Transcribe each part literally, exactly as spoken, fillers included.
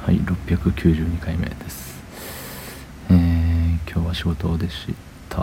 はい、ろっぴゃくきゅうじゅうにかいめです。えー、今日は仕事でした。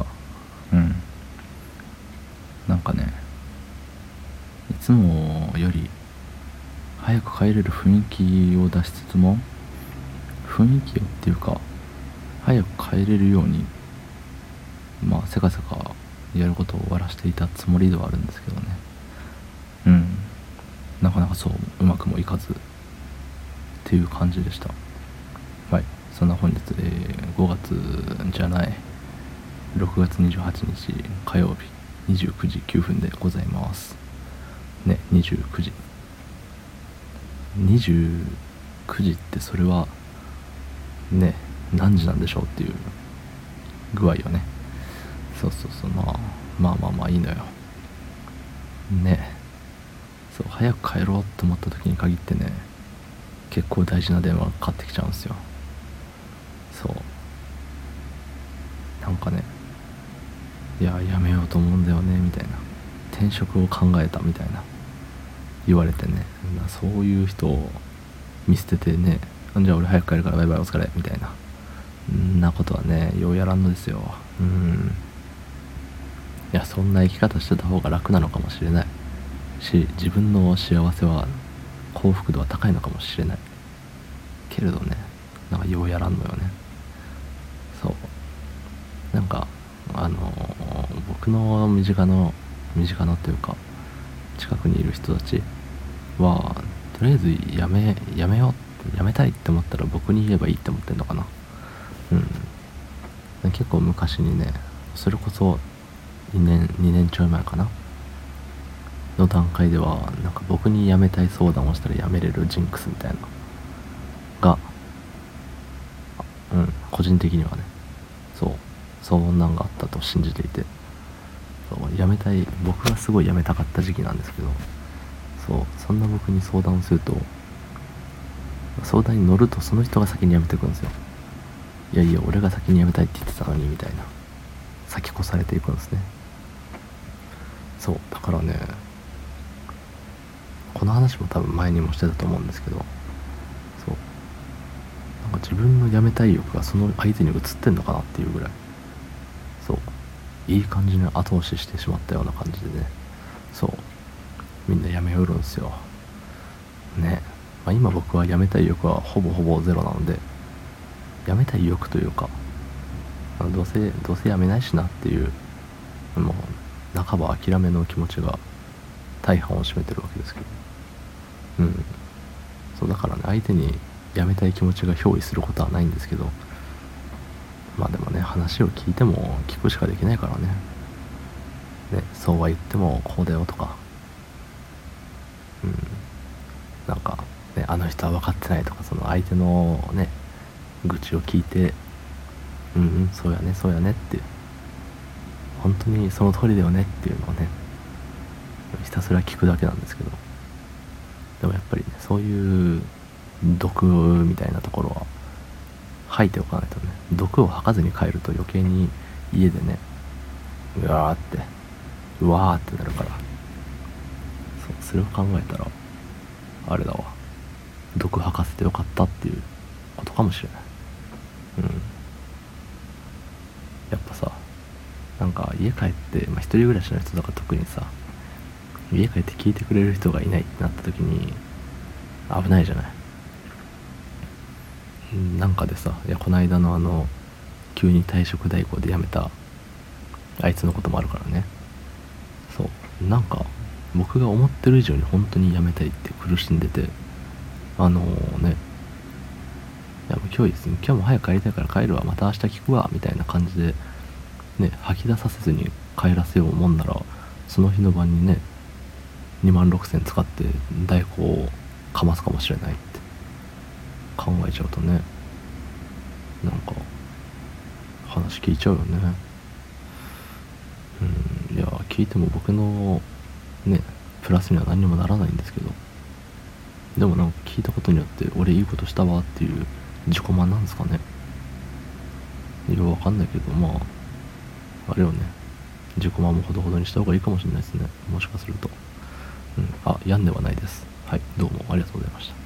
うんなんかね、いつもより早く帰れる雰囲気を出しつつも、雰囲気をっていうか早く帰れるようにまあせかせかやることを終わらせていたつもりではあるんですけどね。うんなかなかそううまくもいかずっていう感じでした。はい、そんな本日、えー、ごがつじゃないろくがつにじゅうはちにち火曜日にじゅうくじきゅうふんでございますね。にじゅうくじにじゅうくじってそれはね何時なんでしょうっていう具合よね。そうそうそう、まあまあまあまあいいのよね。そう早く帰ろうって思った時に限ってね、結構大事な電話がかかってきちゃうんですよ。そうなんかね、いややめようと思うんだよねみたいな、転職を考えたみたいな言われてね、そういう人を見捨ててね、じゃあ俺早く帰るからバイバイお疲れみたいな、んなことはねようやらんのですよ。うんいやそんな生き方してた方が楽なのかもしれないし、自分の幸せは幸福度は高いのかもしれないけれどね、なんかようやらんのよね。そうなんかあのー、僕の身近の身近のっていうか近くにいる人たちはとりあえずやめやめようやめたいって思ったら僕に言えばいいって思ってんのかな。うん結構昔にね、それこそにねんにねんちょい前かなの段階では、なんか僕に辞めたい相談をしたら辞めれるジンクスみたいなが、うん個人的にはね、そうそんなんがあったと信じていて、そう辞めたい僕がすごい辞めたかった時期なんですけど、そうそんな僕に相談をすると、相談に乗るとその人が先に辞めていくんですよ。いやいや俺が先に辞めたいって言ってたのにみたいな、先越されていくんですね。そうだからね、この話も多分前にもしてたと思うんですけど、そうなんか自分の辞めたい欲がその相手に移ってんのかなっていうぐらい、そういい感じに後押ししてしまったような感じでね、そうみんな辞めよるんですよね。まあ、今僕は辞めたい欲はほぼほぼゼロなので、辞めたい欲というか、あのどうせどうせ辞めないしなっていう、もう半ば諦めの気持ちが大半を占めてるわけですけど、うんそうだからね、相手に辞めたい気持ちが憑依することはないんですけど、まあでもね、話を聞いても聞くしかできないからね。ね、そうは言ってもこうだよとか、うんなんかね、あの人は分かってないとか、その相手のね愚痴を聞いて、うんうんそうやねそうやねって、本当にその通りだよねっていうのをね、ひたすら聞くだけなんですけど、でもやっぱりね、そういう毒みたいなところは吐いておかないとね、毒を吐かずに帰ると余計に家でね、うわーってうわーってなるから、そうそれを考えたらあれだわ、毒吐かせてよかったっていうことかもしれない。うんやっぱさ、なんか家帰って、まあ、一人暮らしの人とか特にさ、家帰って聞いてくれる人がいないってなった時に危ないじゃない。なんかでさ、いやこの間のあの急に退職代行で辞めたあいつのこともあるからね。そうなんか僕が思ってる以上に本当に辞めたいって苦しんでて、あのー、ねいやもう今日ですね、今日も早く帰りたいから帰るわ、また明日聞くわみたいな感じでね、吐き出させずに帰らせようもんなら、その日の晩にねにまんろくせん使って代行をかますかもしれないって考えちゃうとね、なんか話聞いちゃうよね。うんいや聞いても僕のねプラスには何にもならないんですけど、でもなんか聞いたことによって俺いいことしたわっていう自己満なんですかね。よくわかんないけど、まああれよね、自己満もほどほどにした方がいいかもしれないですね、もしかすると。うんあ病んではないです。はいどうもありがとうございました。